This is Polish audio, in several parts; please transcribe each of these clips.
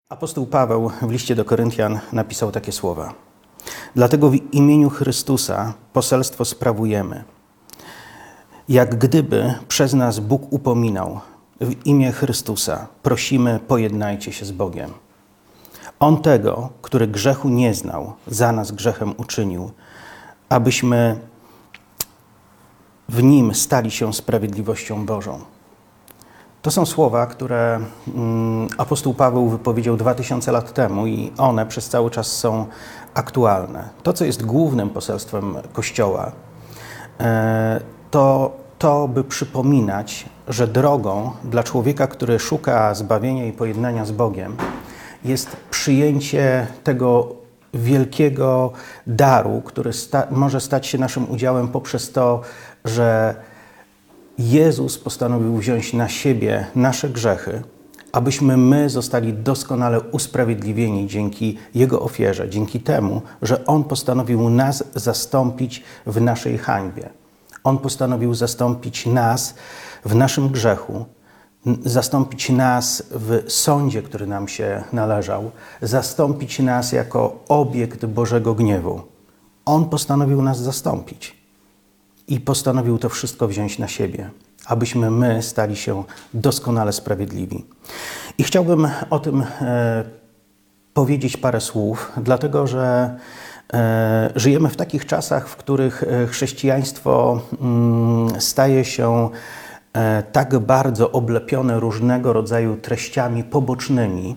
Apostoł Paweł w liście do Koryntian napisał takie słowa. Dlatego w imieniu Chrystusa poselstwo sprawujemy. Jak gdyby przez nas Bóg upominał, w imię Chrystusa prosimy, pojednajcie się z Bogiem. On tego, który grzechu nie znał, za nas grzechem uczynił, abyśmy w Nim stali się sprawiedliwością Bożą. To są słowa, które apostoł Paweł wypowiedział 2000 lat temu i one przez cały czas są aktualne. To, co jest głównym poselstwem Kościoła, to by przypominać, że drogą dla człowieka, który szuka zbawienia i pojednania z Bogiem, jest przyjęcie tego wielkiego daru, który może stać się naszym udziałem poprzez to, że Jezus postanowił wziąć na siebie nasze grzechy, abyśmy my zostali doskonale usprawiedliwieni dzięki Jego ofierze, dzięki temu, że On postanowił nas zastąpić w naszej hańbie. On postanowił zastąpić nas w naszym grzechu, zastąpić nas w sądzie, który nam się należał, zastąpić nas jako obiekt Bożego gniewu. On postanowił nas zastąpić i postanowił to wszystko wziąć na siebie, abyśmy my stali się doskonale sprawiedliwi. I chciałbym o tym powiedzieć parę słów, dlatego że żyjemy w takich czasach, w których chrześcijaństwo staje się tak bardzo oblepione różnego rodzaju treściami pobocznymi.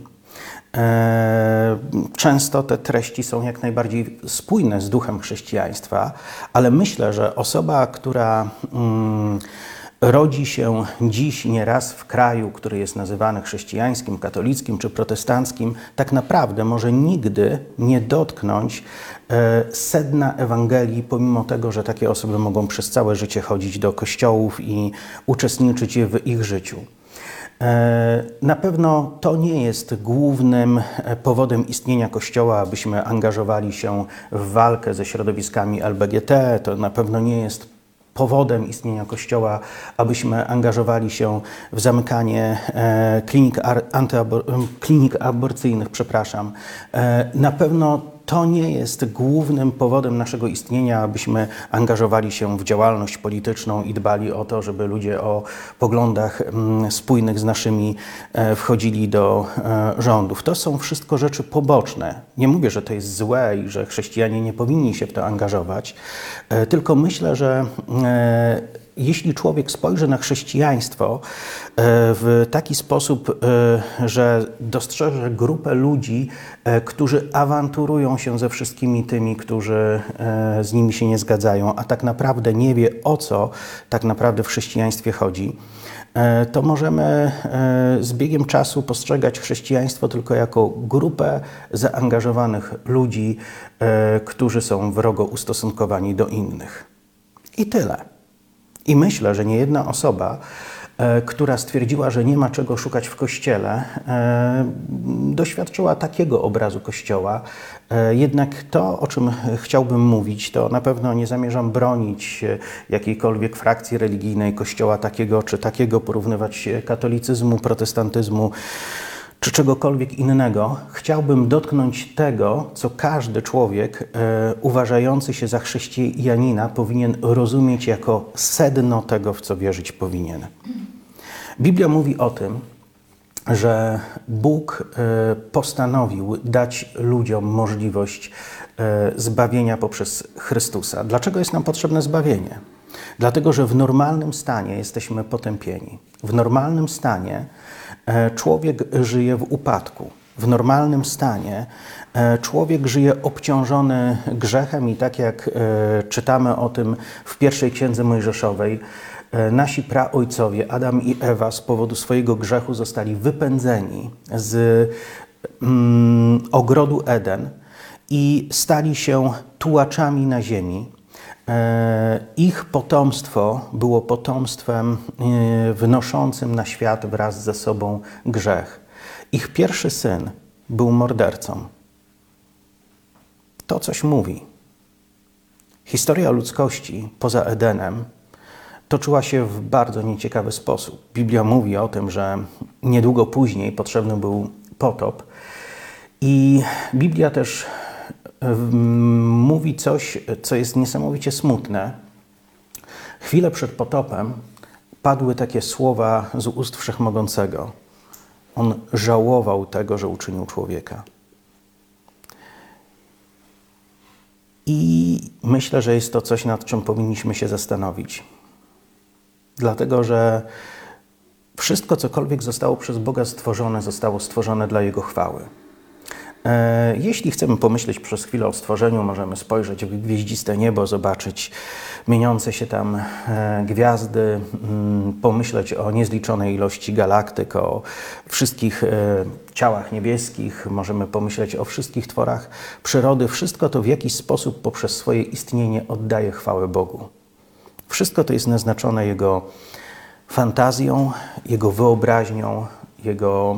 Często te treści są jak najbardziej spójne z duchem chrześcijaństwa, ale myślę, że osoba, która rodzi się dziś nieraz w kraju, który jest nazywany chrześcijańskim, katolickim czy protestanckim, tak naprawdę może nigdy nie dotknąć sedna Ewangelii, pomimo tego, że takie osoby mogą przez całe życie chodzić do kościołów i uczestniczyć w ich życiu. Na pewno to nie jest głównym powodem istnienia Kościoła, abyśmy angażowali się w walkę ze środowiskami LGBT. To na pewno nie jest powodem istnienia Kościoła, abyśmy angażowali się w zamykanie klinik aborcyjnych. Na pewno to nie jest głównym powodem naszego istnienia, abyśmy angażowali się w działalność polityczną i dbali o to, żeby ludzie o poglądach spójnych z naszymi wchodzili do rządów. To są wszystko rzeczy poboczne. Nie mówię, że to jest złe i że chrześcijanie nie powinni się w to angażować, tylko myślę, że jeśli człowiek spojrzy na chrześcijaństwo w taki sposób, że dostrzeże grupę ludzi, którzy awanturują się ze wszystkimi tymi, którzy z nimi się nie zgadzają, a tak naprawdę nie wie, o co tak naprawdę w chrześcijaństwie chodzi, to możemy z biegiem czasu postrzegać chrześcijaństwo tylko jako grupę zaangażowanych ludzi, którzy są wrogo ustosunkowani do innych. I tyle. I myślę, że niejedna osoba, która stwierdziła, że nie ma czego szukać w Kościele, doświadczyła takiego obrazu Kościoła. Jednak to, o czym chciałbym mówić, to na pewno nie zamierzam bronić jakiejkolwiek frakcji religijnej Kościoła takiego czy takiego, porównywać katolicyzmu, protestantyzmu czy czegokolwiek innego. Chciałbym dotknąć tego, co każdy człowiek uważający się za chrześcijanina powinien rozumieć jako sedno tego, w co wierzyć powinien. Biblia mówi o tym, że Bóg postanowił dać ludziom możliwość zbawienia poprzez Chrystusa. Dlaczego jest nam potrzebne zbawienie? Dlatego, że w normalnym stanie jesteśmy potępieni. W normalnym stanie człowiek żyje w upadku. W normalnym stanie człowiek żyje obciążony grzechem i tak jak czytamy o tym w pierwszej Księdze Mojżeszowej, nasi praojcowie, Adam i Ewa, z powodu swojego grzechu zostali wypędzeni z ogrodu Eden i stali się tułaczami na ziemi. Ich potomstwo było potomstwem wnoszącym na świat wraz ze sobą grzech. Ich pierwszy syn był mordercą. To coś mówi. Historia ludzkości poza Edenem toczyła się w bardzo nieciekawy sposób. Biblia mówi o tym, że niedługo później potrzebny był potop. I Biblia też mówi coś, co jest niesamowicie smutne. Chwilę przed potopem padły takie słowa z ust Wszechmogącego. On żałował tego, że uczynił człowieka. I myślę, że jest to coś, nad czym powinniśmy się zastanowić. Dlatego, że wszystko, cokolwiek zostało przez Boga stworzone, zostało stworzone dla Jego chwały. Jeśli chcemy pomyśleć przez chwilę o stworzeniu, możemy spojrzeć w gwieździste niebo, zobaczyć mieniące się tam gwiazdy, pomyśleć o niezliczonej ilości galaktyk, o wszystkich ciałach niebieskich, możemy pomyśleć o wszystkich tworach przyrody. Wszystko to w jakiś sposób poprzez swoje istnienie oddaje chwałę Bogu. Wszystko to jest naznaczone Jego fantazją, Jego wyobraźnią, Jego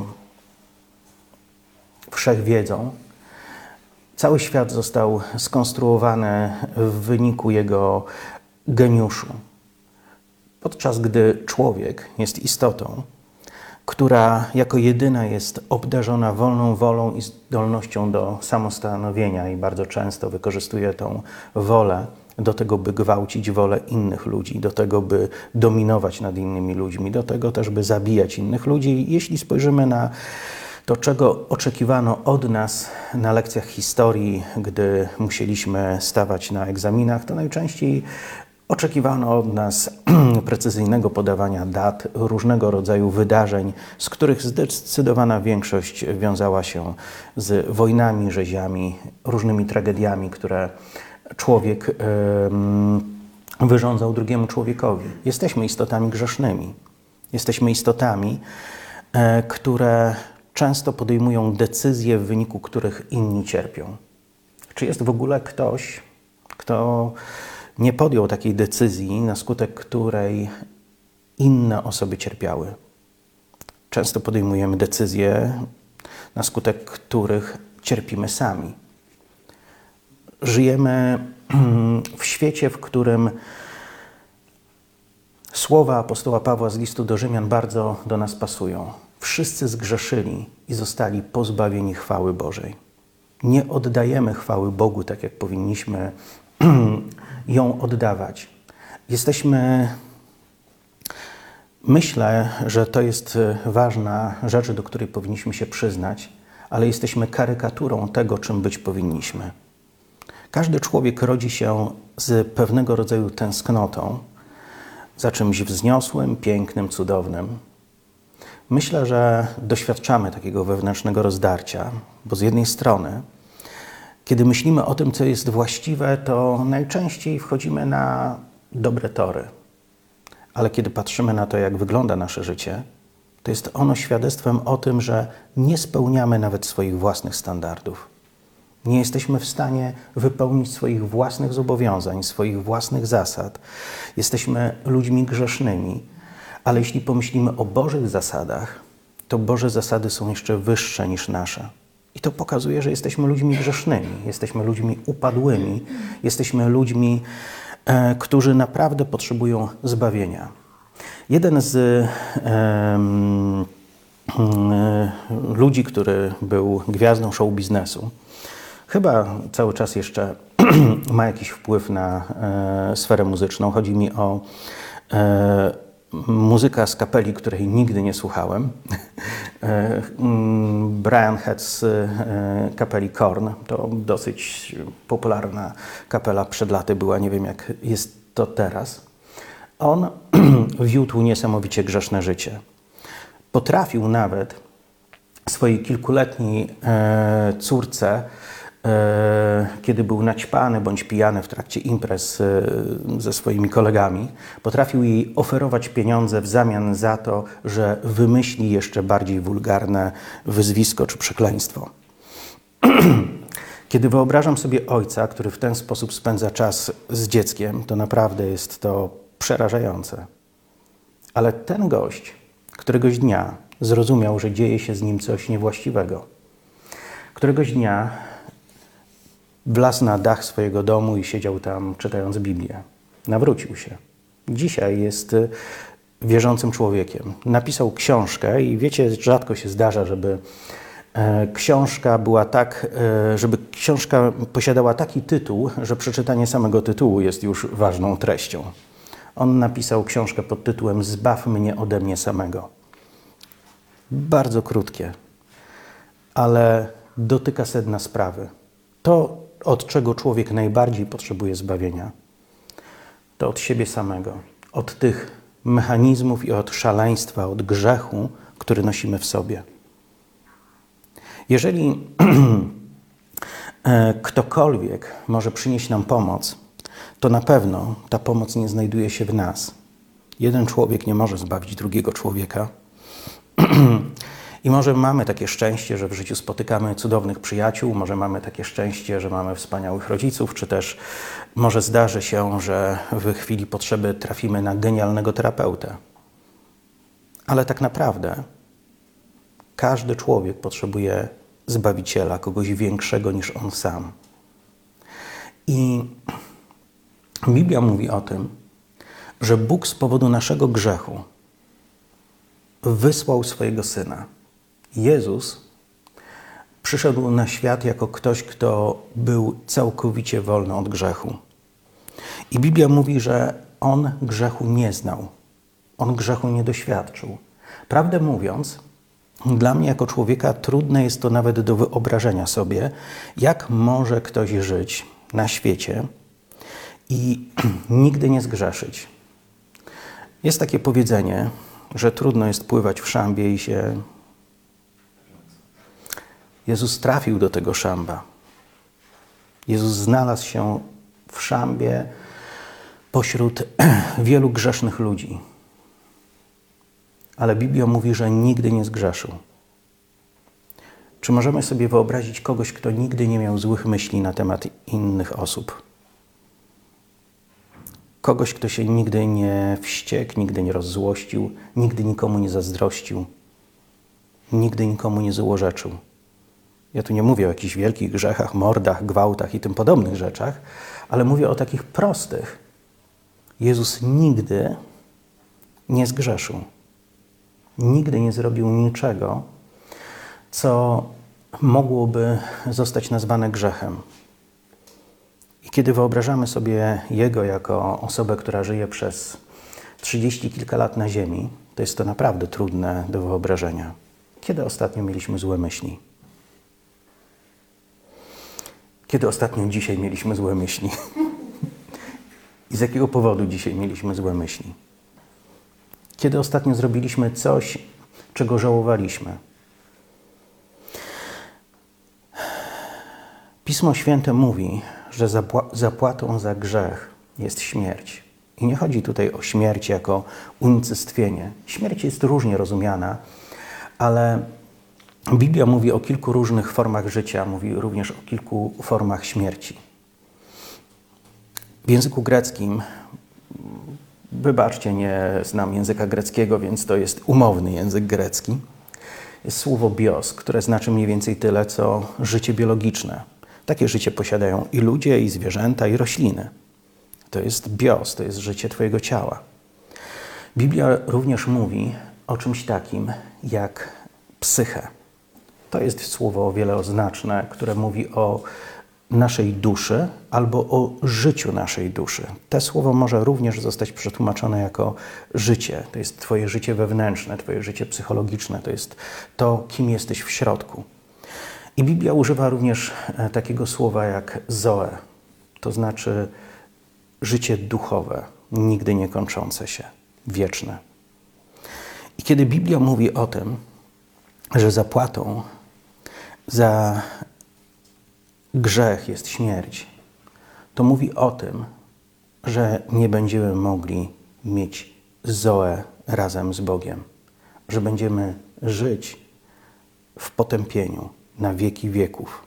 wszechwiedzą. Cały świat został skonstruowany w wyniku Jego geniuszu. Podczas gdy człowiek jest istotą, która jako jedyna jest obdarzona wolną wolą i zdolnością do samostanowienia i bardzo często wykorzystuje tą wolę do tego, by gwałcić wolę innych ludzi, do tego, by dominować nad innymi ludźmi, do tego też, by zabijać innych ludzi. Jeśli spojrzymy na to, czego oczekiwano od nas na lekcjach historii, gdy musieliśmy stawać na egzaminach, to najczęściej oczekiwano od nas precyzyjnego podawania dat, różnego rodzaju wydarzeń, z których zdecydowana większość wiązała się z wojnami, rzeziami, różnymi tragediami, które człowiek wyrządzał drugiemu człowiekowi. Jesteśmy istotami grzesznymi. Jesteśmy istotami, które często podejmują decyzje, w wyniku których inni cierpią. Czy jest w ogóle ktoś, kto nie podjął takiej decyzji, na skutek której inne osoby cierpiały? Często podejmujemy decyzje, na skutek których cierpimy sami. Żyjemy w świecie, w którym słowa apostoła Pawła z listu do Rzymian bardzo do nas pasują. Wszyscy zgrzeszyli i zostali pozbawieni chwały Bożej. Nie oddajemy chwały Bogu tak, jak powinniśmy ją oddawać. Myślę, że to jest ważna rzecz, do której powinniśmy się przyznać, ale jesteśmy karykaturą tego, czym być powinniśmy. Każdy człowiek rodzi się z pewnego rodzaju tęsknotą za czymś wzniosłym, pięknym, cudownym. Myślę, że doświadczamy takiego wewnętrznego rozdarcia, bo z jednej strony, kiedy myślimy o tym, co jest właściwe, to najczęściej wchodzimy na dobre tory. Ale kiedy patrzymy na to, jak wygląda nasze życie, to jest ono świadectwem o tym, że nie spełniamy nawet swoich własnych standardów. Nie jesteśmy w stanie wypełnić swoich własnych zobowiązań, swoich własnych zasad. Jesteśmy ludźmi grzesznymi, ale jeśli pomyślimy o Bożych zasadach, to Boże zasady są jeszcze wyższe niż nasze. I to pokazuje, że jesteśmy ludźmi grzesznymi, jesteśmy ludźmi upadłymi, jesteśmy ludźmi, którzy naprawdę potrzebują zbawienia. Jeden z ludzi, który był gwiazdą show biznesu, chyba cały czas jeszcze ma jakiś wpływ na sferę muzyczną. Chodzi mi o muzyka z kapeli, której nigdy nie słuchałem. Brian Head z kapeli Korn. To dosyć popularna kapela przed laty była. Nie wiem, jak jest to teraz. On wiódł niesamowicie grzeszne życie. Potrafił nawet swojej kilkuletniej córce, kiedy był naćpany bądź pijany w trakcie imprez ze swoimi kolegami, potrafił jej oferować pieniądze w zamian za to, że wymyśli jeszcze bardziej wulgarne wyzwisko czy przekleństwo. Kiedy wyobrażam sobie ojca, który w ten sposób spędza czas z dzieckiem, to naprawdę jest to przerażające. Ale ten gość któregoś dnia zrozumiał, że dzieje się z nim coś niewłaściwego. Któregoś dnia wlazł na dach swojego domu i siedział tam, czytając Biblię. Nawrócił się. Dzisiaj jest wierzącym człowiekiem. Napisał książkę i wiecie, rzadko się zdarza, żeby książka była żeby książka posiadała taki tytuł, że przeczytanie samego tytułu jest już ważną treścią. On napisał książkę pod tytułem „Zbaw mnie ode mnie samego”. Bardzo krótkie, ale dotyka sedna sprawy. To, od czego człowiek najbardziej potrzebuje zbawienia, to od siebie samego, od tych mechanizmów i od szaleństwa, od grzechu, który nosimy w sobie. Jeżeli ktokolwiek może przynieść nam pomoc, to na pewno ta pomoc nie znajduje się w nas. Jeden człowiek nie może zbawić drugiego człowieka. I może mamy takie szczęście, że w życiu spotykamy cudownych przyjaciół, może mamy takie szczęście, że mamy wspaniałych rodziców, czy też może zdarzy się, że w chwili potrzeby trafimy na genialnego terapeutę. Ale tak naprawdę każdy człowiek potrzebuje Zbawiciela, kogoś większego niż on sam. I Biblia mówi o tym, że Bóg z powodu naszego grzechu wysłał swojego Syna. Jezus przyszedł na świat jako ktoś, kto był całkowicie wolny od grzechu. I Biblia mówi, że On grzechu nie znał. On grzechu nie doświadczył. Prawdę mówiąc, dla mnie jako człowieka trudne jest to nawet do wyobrażenia sobie, jak może ktoś żyć na świecie i nigdy nie zgrzeszyć. Jest takie powiedzenie, że trudno jest pływać w szambie i się... Jezus trafił do tego szamba. Jezus znalazł się w szambie pośród wielu grzesznych ludzi. Ale Biblia mówi, że nigdy nie zgrzeszył. Czy możemy sobie wyobrazić kogoś, kto nigdy nie miał złych myśli na temat innych osób? Kogoś, kto się nigdy nie wściekł, nigdy nie rozzłościł, nigdy nikomu nie zazdrościł, nigdy nikomu nie złorzeczył. Ja tu nie mówię o jakichś wielkich grzechach, mordach, gwałtach i tym podobnych rzeczach, ale mówię o takich prostych. Jezus nigdy nie zgrzeszył. Nigdy nie zrobił niczego, co mogłoby zostać nazwane grzechem. I kiedy wyobrażamy sobie Jego jako osobę, która żyje przez 30 kilka lat na ziemi, to jest to naprawdę trudne do wyobrażenia. Kiedy ostatnio mieliśmy złe myśli? Kiedy ostatnio dzisiaj mieliśmy złe myśli? I z jakiego powodu dzisiaj mieliśmy złe myśli? Kiedy ostatnio zrobiliśmy coś, czego żałowaliśmy? Pismo Święte mówi, że zapłatą za grzech jest śmierć. I nie chodzi tutaj o śmierć jako unicestwienie. Śmierć jest różnie rozumiana, ale Biblia mówi o kilku różnych formach życia, mówi również o kilku formach śmierci. W języku greckim, wybaczcie, nie znam języka greckiego, więc to jest umowny język grecki, jest słowo bios, które znaczy mniej więcej tyle, co życie biologiczne. Takie życie posiadają i ludzie, i zwierzęta, i rośliny. To jest bios, to jest życie twojego ciała. Biblia również mówi o czymś takim jak psyche. To jest słowo o wiele oznaczne, które mówi o naszej duszy albo o życiu naszej duszy. To słowo może również zostać przetłumaczone jako życie. To jest twoje życie wewnętrzne, twoje życie psychologiczne. To jest to, kim jesteś w środku. I Biblia używa również takiego słowa jak zoe. To znaczy życie duchowe, nigdy nie kończące się, wieczne. I kiedy Biblia mówi o tym, że zapłatą za grzech jest śmierć, to mówi o tym, że nie będziemy mogli mieć zoe razem z Bogiem, że będziemy żyć w potępieniu na wieki wieków.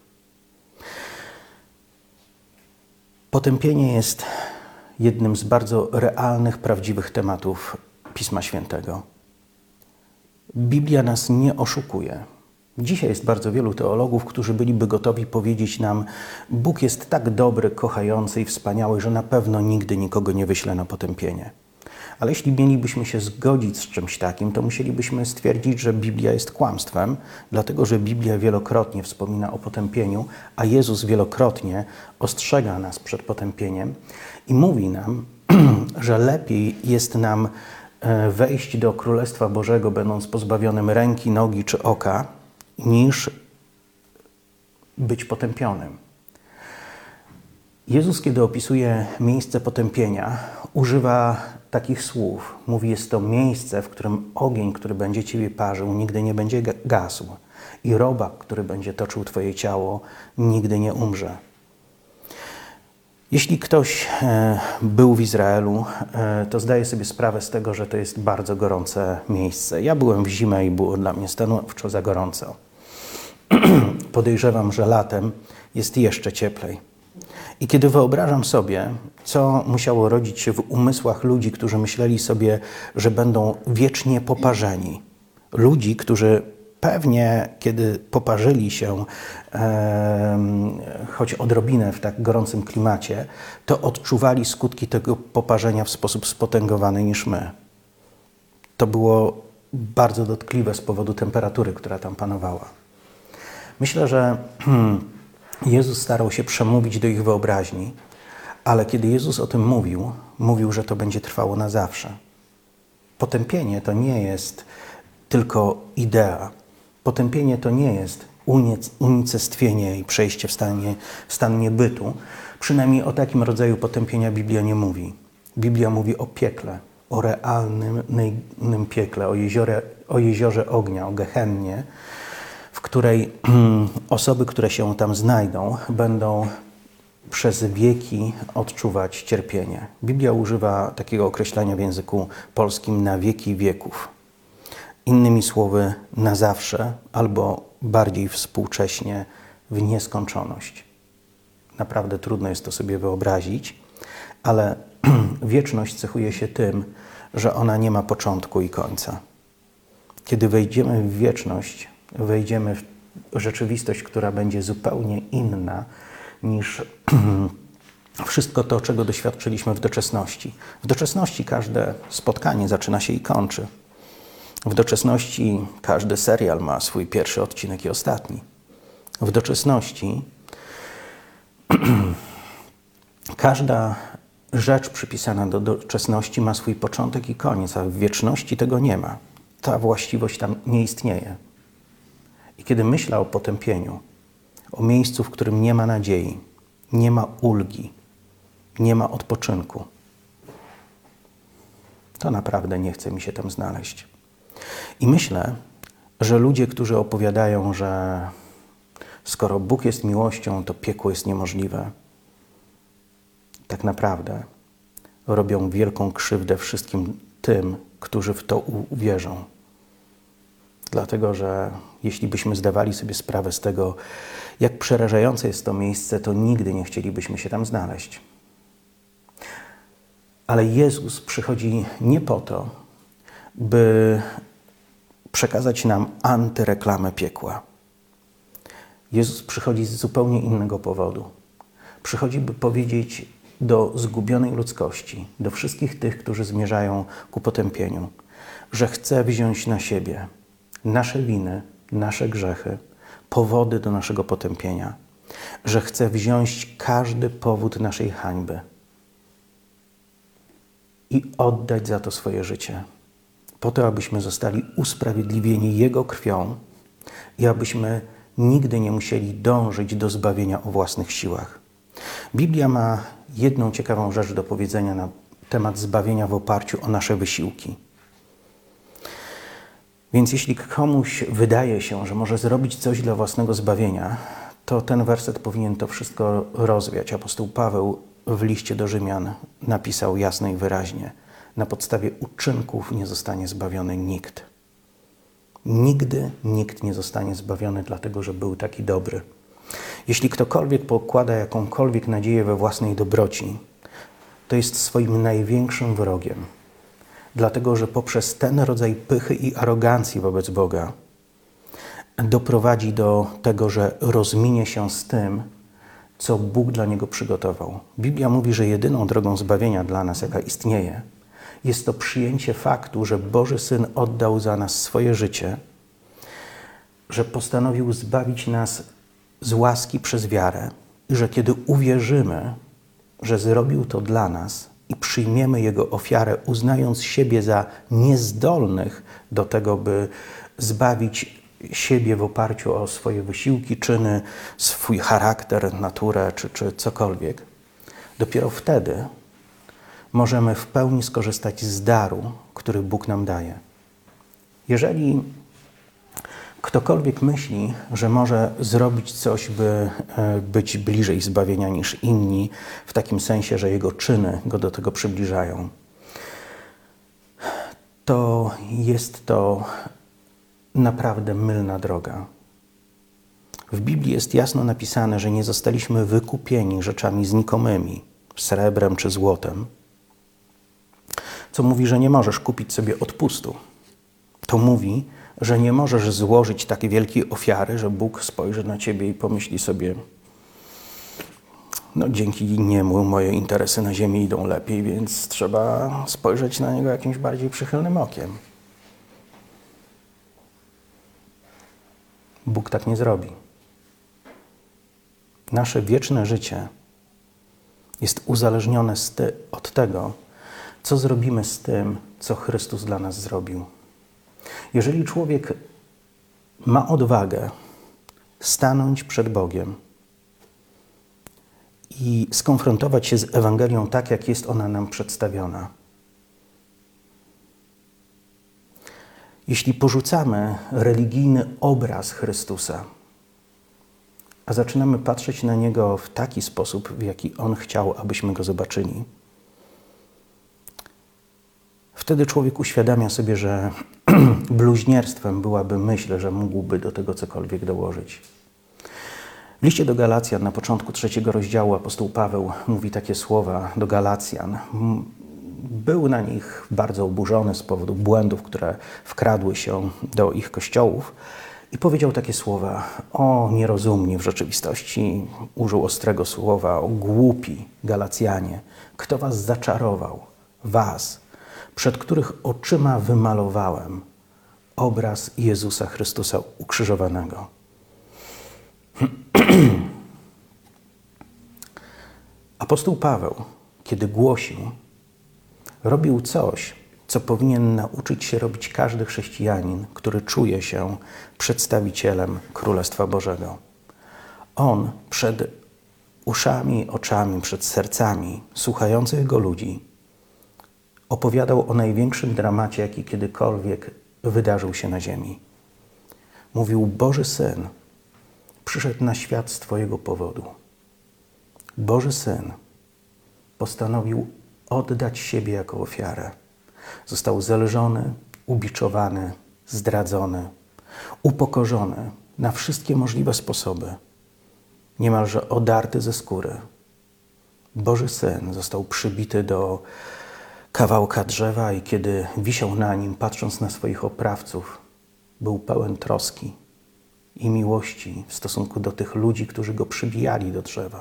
Potępienie jest jednym z bardzo realnych, prawdziwych tematów Pisma Świętego. Biblia nas nie oszukuje. Dzisiaj jest bardzo wielu teologów, którzy byliby gotowi powiedzieć nam: Bóg jest tak dobry, kochający i wspaniały, że na pewno nigdy nikogo nie wyśle na potępienie. Ale jeśli mielibyśmy się zgodzić z czymś takim, to musielibyśmy stwierdzić, że Biblia jest kłamstwem, dlatego że Biblia wielokrotnie wspomina o potępieniu, a Jezus wielokrotnie ostrzega nas przed potępieniem i mówi nam, że lepiej jest nam wejść do Królestwa Bożego, będąc pozbawionym ręki, nogi czy oka, niż być potępionym. Jezus, kiedy opisuje miejsce potępienia, używa takich słów. Mówi, jest to miejsce, w którym ogień, który będzie Ciebie parzył, nigdy nie będzie gasł i robak, który będzie toczył Twoje ciało, nigdy nie umrze. Jeśli ktoś był w Izraelu, to zdaje sobie sprawę z tego, że to jest bardzo gorące miejsce. Ja byłem w zimę i było dla mnie stanowczo za gorąco. Podejrzewam, że latem jest jeszcze cieplej. I kiedy wyobrażam sobie, co musiało rodzić się w umysłach ludzi, którzy myśleli sobie, że będą wiecznie poparzeni, ludzi, którzy pewnie, kiedy poparzyli się choć odrobinę w tak gorącym klimacie, to odczuwali skutki tego poparzenia w sposób spotęgowany niż my. To było bardzo dotkliwe z powodu temperatury, która tam panowała. Myślę, że Jezus starał się przemówić do ich wyobraźni, ale kiedy Jezus o tym mówił, że to będzie trwało na zawsze. Potępienie to nie jest tylko idea. Potępienie to nie jest unicestwienie i przejście w stan niebytu. Przynajmniej o takim rodzaju potępienia Biblia nie mówi. Biblia mówi o piekle, o realnym piekle, o jeziorze ognia, o Gehennie, w której osoby, które się tam znajdą, będą przez wieki odczuwać cierpienie. Biblia używa takiego określenia w języku polskim na wieki wieków. Innymi słowy, na zawsze albo bardziej współcześnie w nieskończoność. Naprawdę trudno jest to sobie wyobrazić, ale wieczność cechuje się tym, że ona nie ma początku i końca. Kiedy wejdziemy w wieczność, wejdziemy w rzeczywistość, która będzie zupełnie inna niż wszystko to, czego doświadczyliśmy w doczesności. W doczesności każde spotkanie zaczyna się i kończy. W doczesności każdy serial ma swój pierwszy odcinek i ostatni. W doczesności każda rzecz przypisana do doczesności ma swój początek i koniec, a w wieczności tego nie ma. Ta właściwość tam nie istnieje. I kiedy myślę o potępieniu, o miejscu, w którym nie ma nadziei, nie ma ulgi, nie ma odpoczynku, to naprawdę nie chce mi się tam znaleźć. I myślę, że ludzie, którzy opowiadają, że skoro Bóg jest miłością, to piekło jest niemożliwe, tak naprawdę robią wielką krzywdę wszystkim tym, którzy w to uwierzą. Dlatego, że jeśli byśmy zdawali sobie sprawę z tego, jak przerażające jest to miejsce, to nigdy nie chcielibyśmy się tam znaleźć. Ale Jezus przychodzi nie po to, by przekazać nam antyreklamę piekła. Jezus przychodzi z zupełnie innego powodu. Przychodzi, by powiedzieć do zgubionej ludzkości, do wszystkich tych, którzy zmierzają ku potępieniu, że chce wziąć na siebie nasze winy, nasze grzechy, powody do naszego potępienia, że chce wziąć każdy powód naszej hańby i oddać za to swoje życie, po to, abyśmy zostali usprawiedliwieni Jego krwią i abyśmy nigdy nie musieli dążyć do zbawienia o własnych siłach. Biblia ma jedną ciekawą rzecz do powiedzenia na temat zbawienia w oparciu o nasze wysiłki. Więc jeśli komuś wydaje się, że może zrobić coś dla własnego zbawienia, to ten werset powinien to wszystko rozwiać. Apostoł Paweł w liście do Rzymian napisał jasno i wyraźnie: na podstawie uczynków nie zostanie zbawiony nikt. Nigdy nikt nie zostanie zbawiony dlatego, że był taki dobry. Jeśli ktokolwiek pokłada jakąkolwiek nadzieję we własnej dobroci, to jest swoim największym wrogiem. Dlatego, że poprzez ten rodzaj pychy i arogancji wobec Boga doprowadzi do tego, że rozminie się z tym, co Bóg dla niego przygotował. Biblia mówi, że jedyną drogą zbawienia dla nas, jaka istnieje, Jest to przyjęcie faktu, że Boży Syn oddał za nas swoje życie, że postanowił zbawić nas z łaski przez wiarę i że kiedy uwierzymy, że zrobił to dla nas i przyjmiemy Jego ofiarę, uznając siebie za niezdolnych do tego, by zbawić siebie w oparciu o swoje wysiłki, czyny, swój charakter, naturę czy cokolwiek, dopiero wtedy możemy w pełni skorzystać z daru, który Bóg nam daje. Jeżeli ktokolwiek myśli, że może zrobić coś, by być bliżej zbawienia niż inni, w takim sensie, że jego czyny go do tego przybliżają, to jest to naprawdę mylna droga. W Biblii jest jasno napisane, że nie zostaliśmy wykupieni rzeczami znikomymi, srebrem czy złotem, co mówi, że nie możesz kupić sobie odpustu. To mówi, że nie możesz złożyć takiej wielkiej ofiary, że Bóg spojrzy na ciebie i pomyśli sobie: no dzięki niemu moje interesy na ziemi idą lepiej, więc trzeba spojrzeć na niego jakimś bardziej przychylnym okiem. Bóg tak nie zrobi. Nasze wieczne życie jest uzależnione od tego, co zrobimy z tym, co Chrystus dla nas zrobił. Jeżeli człowiek ma odwagę stanąć przed Bogiem i skonfrontować się z Ewangelią tak, jak jest ona nam przedstawiona, jeśli porzucamy religijny obraz Chrystusa, a zaczynamy patrzeć na Niego w taki sposób, w jaki On chciał, abyśmy Go zobaczyli, wtedy człowiek uświadamia sobie, że bluźnierstwem byłaby myśl, że mógłby do tego cokolwiek dołożyć. W liście do Galacjan, na początku 3 rozdziału, apostoł Paweł mówi takie słowa do Galacjan. Był na nich bardzo oburzony z powodu błędów, które wkradły się do ich kościołów i powiedział takie słowa: o nierozumni, w rzeczywistości użył ostrego słowa, o głupi Galacjanie, kto was zaczarował? Was, przed których oczyma wymalowałem obraz Jezusa Chrystusa ukrzyżowanego. Apostoł Paweł, kiedy głosił, robił coś, co powinien nauczyć się robić każdy chrześcijanin, który czuje się przedstawicielem Królestwa Bożego. On przed uszami, oczami, przed sercami słuchających go ludzi opowiadał o największym dramacie, jaki kiedykolwiek wydarzył się na ziemi. Mówił: Boży Syn przyszedł na świat z twojego powodu. Boży Syn postanowił oddać siebie jako ofiarę. Został zelżony, ubiczowany, zdradzony, upokorzony na wszystkie możliwe sposoby, niemalże odarty ze skóry. Boży Syn został przybity do kawałka drzewa i kiedy wisiał na nim, patrząc na swoich oprawców, był pełen troski i miłości w stosunku do tych ludzi, którzy go przybijali do drzewa.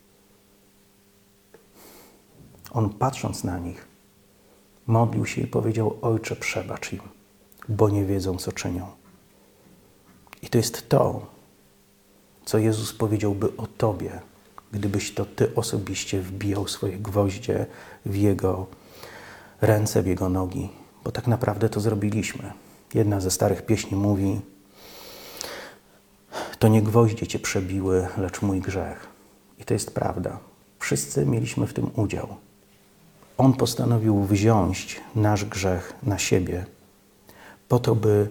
On, patrząc na nich, modlił się i powiedział: Ojcze, przebacz im, bo nie wiedzą, co czynią. I to jest to, co Jezus powiedziałby o tobie, gdybyś to ty osobiście wbijał swoje gwoździe w Jego ręce, w Jego nogi, bo tak naprawdę to zrobiliśmy. Jedna ze starych pieśni mówi: to nie gwoździe cię przebiły, lecz mój grzech. I to jest prawda. Wszyscy mieliśmy w tym udział. On postanowił wziąć nasz grzech na siebie po to, by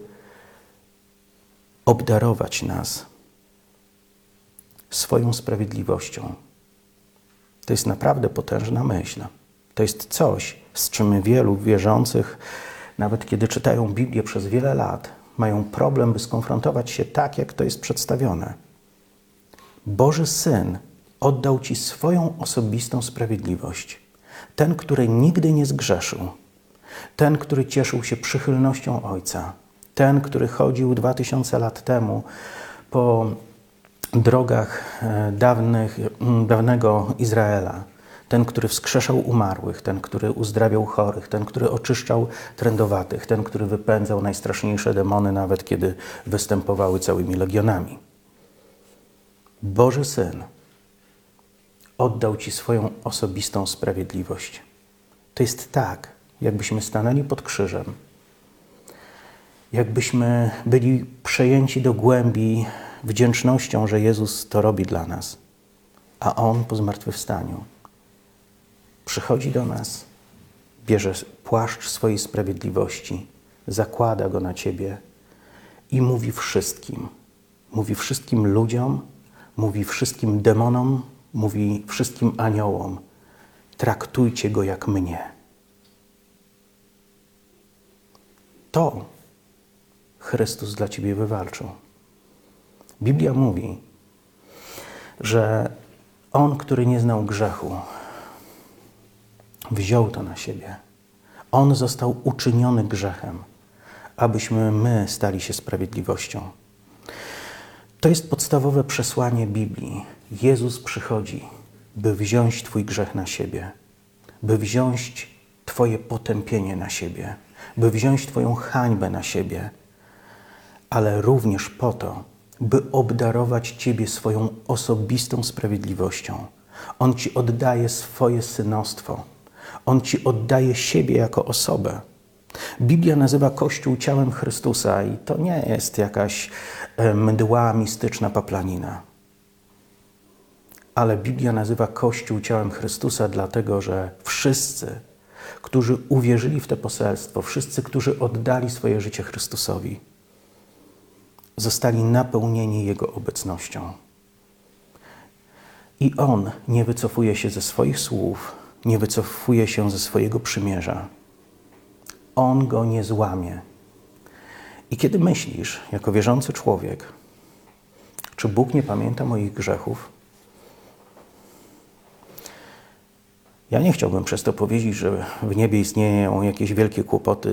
obdarować nas swoją sprawiedliwością. To jest naprawdę potężna myśl. To jest coś, z czym wielu wierzących, nawet kiedy czytają Biblię przez wiele lat, mają problem, by skonfrontować się tak, jak to jest przedstawione. Boży Syn oddał ci swoją osobistą sprawiedliwość. Ten, który nigdy nie zgrzeszył. Ten, który cieszył się przychylnością Ojca. Ten, który chodził 2000 lat temu po drogach dawnego Izraela. ten, który wskrzeszał umarłych, ten, który uzdrawiał chorych, ten, który oczyszczał trędowatych, ten, który wypędzał najstraszniejsze demony, nawet kiedy występowały całymi legionami. Boży Syn oddał Ci swoją osobistą sprawiedliwość. To jest tak, jakbyśmy stanęli pod krzyżem, jakbyśmy byli przejęci do głębi wdzięcznością, że Jezus to robi dla nas, a On po zmartwychwstaniu przychodzi do nas, bierze płaszcz swojej sprawiedliwości, zakłada go na Ciebie i mówi wszystkim ludziom, mówi wszystkim demonom, mówi wszystkim aniołom: traktujcie go jak mnie. To Chrystus dla Ciebie wywalczył. Biblia mówi, że On, który nie znał grzechu, wziął to na siebie. On został uczyniony grzechem, abyśmy my stali się sprawiedliwością. To jest podstawowe przesłanie Biblii. Jezus przychodzi, by wziąć Twój grzech na siebie, by wziąć Twoje potępienie na siebie, by wziąć Twoją hańbę na siebie, ale również po to, by obdarować Ciebie swoją osobistą sprawiedliwością. On Ci oddaje swoje synostwo. On Ci oddaje siebie jako osobę. Biblia nazywa Kościół ciałem Chrystusa i to nie jest jakaś mdła, mistyczna paplanina. Ale Biblia nazywa Kościół ciałem Chrystusa dlatego, że wszyscy, którzy uwierzyli w to poselstwo, wszyscy, którzy oddali swoje życie Chrystusowi, zostali napełnieni Jego obecnością. I On nie wycofuje się ze swoich słów, nie wycofuje się ze swojego przymierza. On go nie złamie. I kiedy myślisz, jako wierzący człowiek, czy Bóg nie pamięta moich grzechów? Ja nie chciałbym przez to powiedzieć, że w niebie istnieją jakieś wielkie kłopoty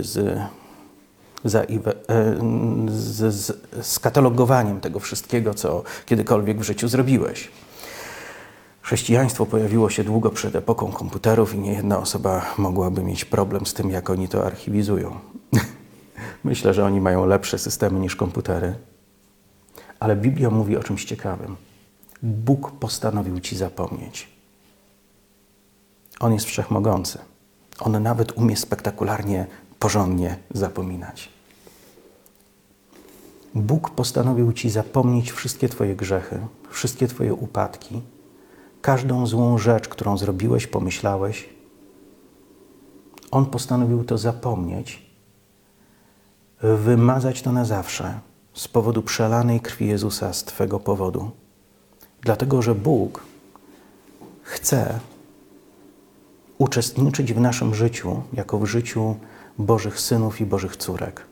z skatalogowaniem tego wszystkiego, co kiedykolwiek w życiu zrobiłeś. Chrześcijaństwo pojawiło się długo przed epoką komputerów i niejedna osoba mogłaby mieć problem z tym, jak oni to archiwizują. Myślę, że oni mają lepsze systemy niż komputery. Ale Biblia mówi o czymś ciekawym. Bóg postanowił Ci zapomnieć. On jest wszechmogący. On nawet umie spektakularnie, porządnie zapominać. Bóg postanowił Ci zapomnieć wszystkie Twoje grzechy, wszystkie Twoje upadki, każdą złą rzecz, którą zrobiłeś, pomyślałeś. On postanowił to zapomnieć, wymazać to na zawsze z powodu przelanej krwi Jezusa z Twego powodu. Dlatego, że Bóg chce uczestniczyć w naszym życiu, jako w życiu Bożych synów i Bożych córek.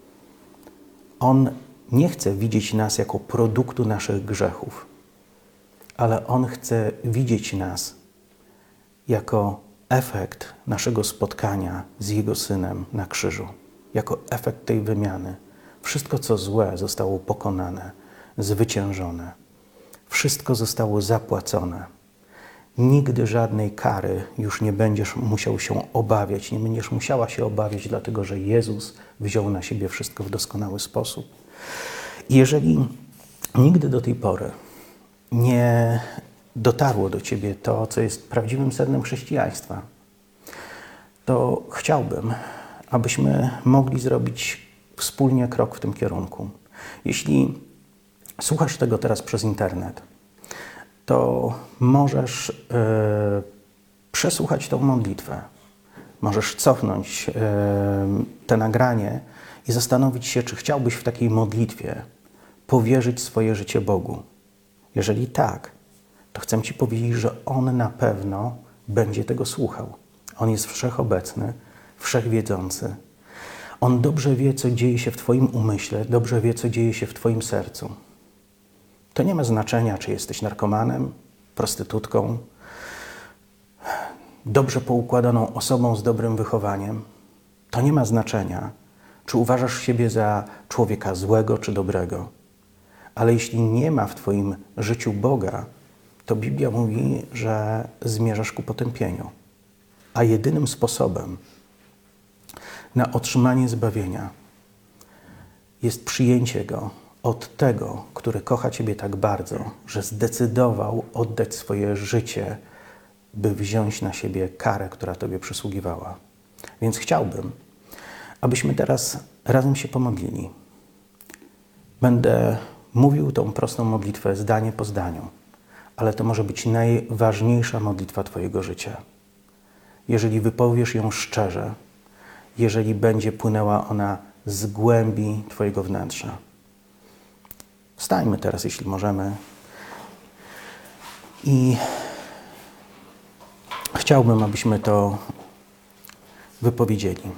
On nie chce widzieć nas jako produktu naszych grzechów, ale On chce widzieć nas jako efekt naszego spotkania z Jego Synem na krzyżu, jako efekt tej wymiany. Wszystko, co złe, zostało pokonane, zwyciężone. Wszystko zostało zapłacone. Nigdy żadnej kary już nie będziesz musiał się obawiać, nie będziesz musiała się obawiać, dlatego że Jezus wziął na siebie wszystko w doskonały sposób. I jeżeli nigdy do tej pory nie dotarło do Ciebie to, co jest prawdziwym sednem chrześcijaństwa, to chciałbym, abyśmy mogli zrobić wspólnie krok w tym kierunku. Jeśli słuchasz tego teraz przez internet, to możesz przesłuchać tą modlitwę. Możesz cofnąć te nagranie i zastanowić się, czy chciałbyś w takiej modlitwie powierzyć swoje życie Bogu. Jeżeli tak, to chcę Ci powiedzieć, że On na pewno będzie tego słuchał. On jest wszechobecny, wszechwiedzący. On dobrze wie, co dzieje się w Twoim umyśle, dobrze wie, co dzieje się w Twoim sercu. To nie ma znaczenia, czy jesteś narkomanem, prostytutką, dobrze poukładaną osobą z dobrym wychowaniem. To nie ma znaczenia, czy uważasz siebie za człowieka złego czy dobrego. Ale jeśli nie ma w Twoim życiu Boga, to Biblia mówi, że zmierzasz ku potępieniu. A jedynym sposobem na otrzymanie zbawienia jest przyjęcie Go od tego, który kocha Ciebie tak bardzo, że zdecydował oddać swoje życie, by wziąć na siebie karę, która Tobie przysługiwała. Więc chciałbym, abyśmy teraz razem się pomodlili. Będę mówił tą prostą modlitwę zdanie po zdaniu, ale to może być najważniejsza modlitwa Twojego życia. Jeżeli wypowiesz ją szczerze, jeżeli będzie płynęła ona z głębi Twojego wnętrza. Wstańmy teraz, jeśli możemy. I chciałbym, abyśmy to wypowiedzieli.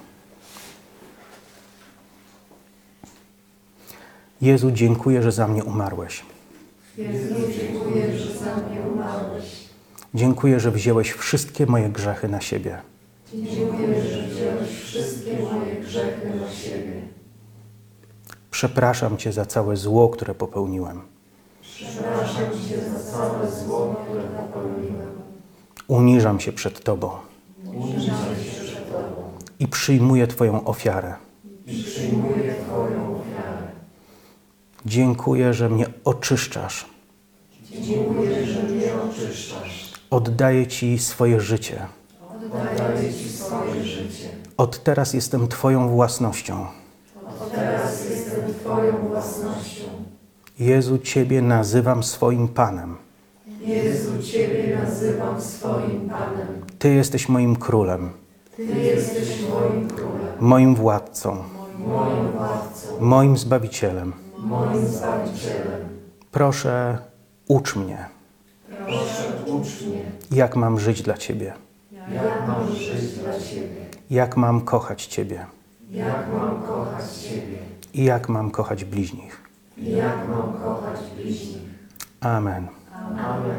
Jezu, dziękuję, że za mnie umarłeś. Jezu, dziękuję, że za mnie umarłeś. Dziękuję, że wziąłeś wszystkie moje grzechy na siebie. Dziękuję, że wziąłeś wszystkie moje grzechy na siebie. Przepraszam Cię za całe zło, które popełniłem. Przepraszam Cię za całe zło, które popełniłem. Uniżam się przed Tobą Uniżam się przed Tobą i przyjmuję Twoją ofiarę. i przyjmuję Twoją ofiarę. Dziękuję, że mnie oczyszczasz. Dziękuję, że mnie oczyszczasz. Oddaję Ci swoje życie. Oddaję Ci swoje życie. Od teraz jestem Twoją własnością. Od teraz jestem Twoją własnością. Jezu, Ciebie nazywam swoim Panem. Jezu, Ciebie nazywam swoim Panem. Ty jesteś moim królem, Ty jesteś moim królem, moim władcą, moim władcą, moim Zbawicielem. moim Zbawicielem. Proszę, ucz mnie, Proszę, ucz mnie, jak mam żyć dla Ciebie, jak mam żyć dla Ciebie, jak mam kochać Ciebie jak mam kochać Ciebie i jak mam kochać bliźnich. i jak mam kochać bliźnich. Amen. Amen.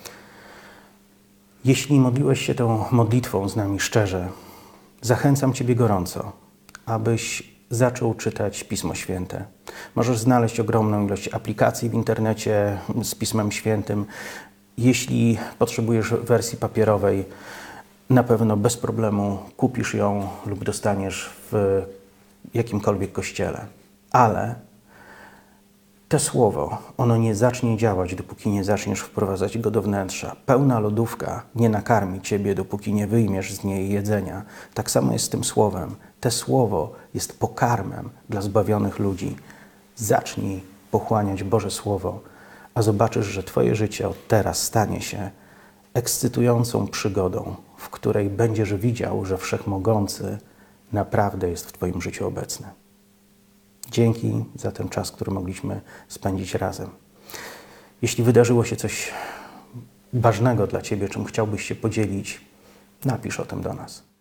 Jeśli modliłeś się tą modlitwą z nami szczerze, zachęcam Ciebie gorąco, abyś zaczął czytać Pismo Święte. Możesz znaleźć ogromną ilość aplikacji w internecie z Pismem Świętym. Jeśli potrzebujesz wersji papierowej, na pewno bez problemu kupisz ją lub dostaniesz w jakimkolwiek kościele. Ale to słowo, ono nie zacznie działać, dopóki nie zaczniesz wprowadzać go do wnętrza. Pełna lodówka nie nakarmi Ciebie, dopóki nie wyjmiesz z niej jedzenia. Tak samo jest z tym słowem. To słowo jest pokarmem dla zbawionych ludzi. Zacznij pochłaniać Boże Słowo, a zobaczysz, że Twoje życie od teraz stanie się ekscytującą przygodą, w której będziesz widział, że Wszechmogący naprawdę jest w Twoim życiu obecny. Dzięki za ten czas, który mogliśmy spędzić razem. Jeśli wydarzyło się coś ważnego dla Ciebie, czym chciałbyś się podzielić, napisz o tym do nas.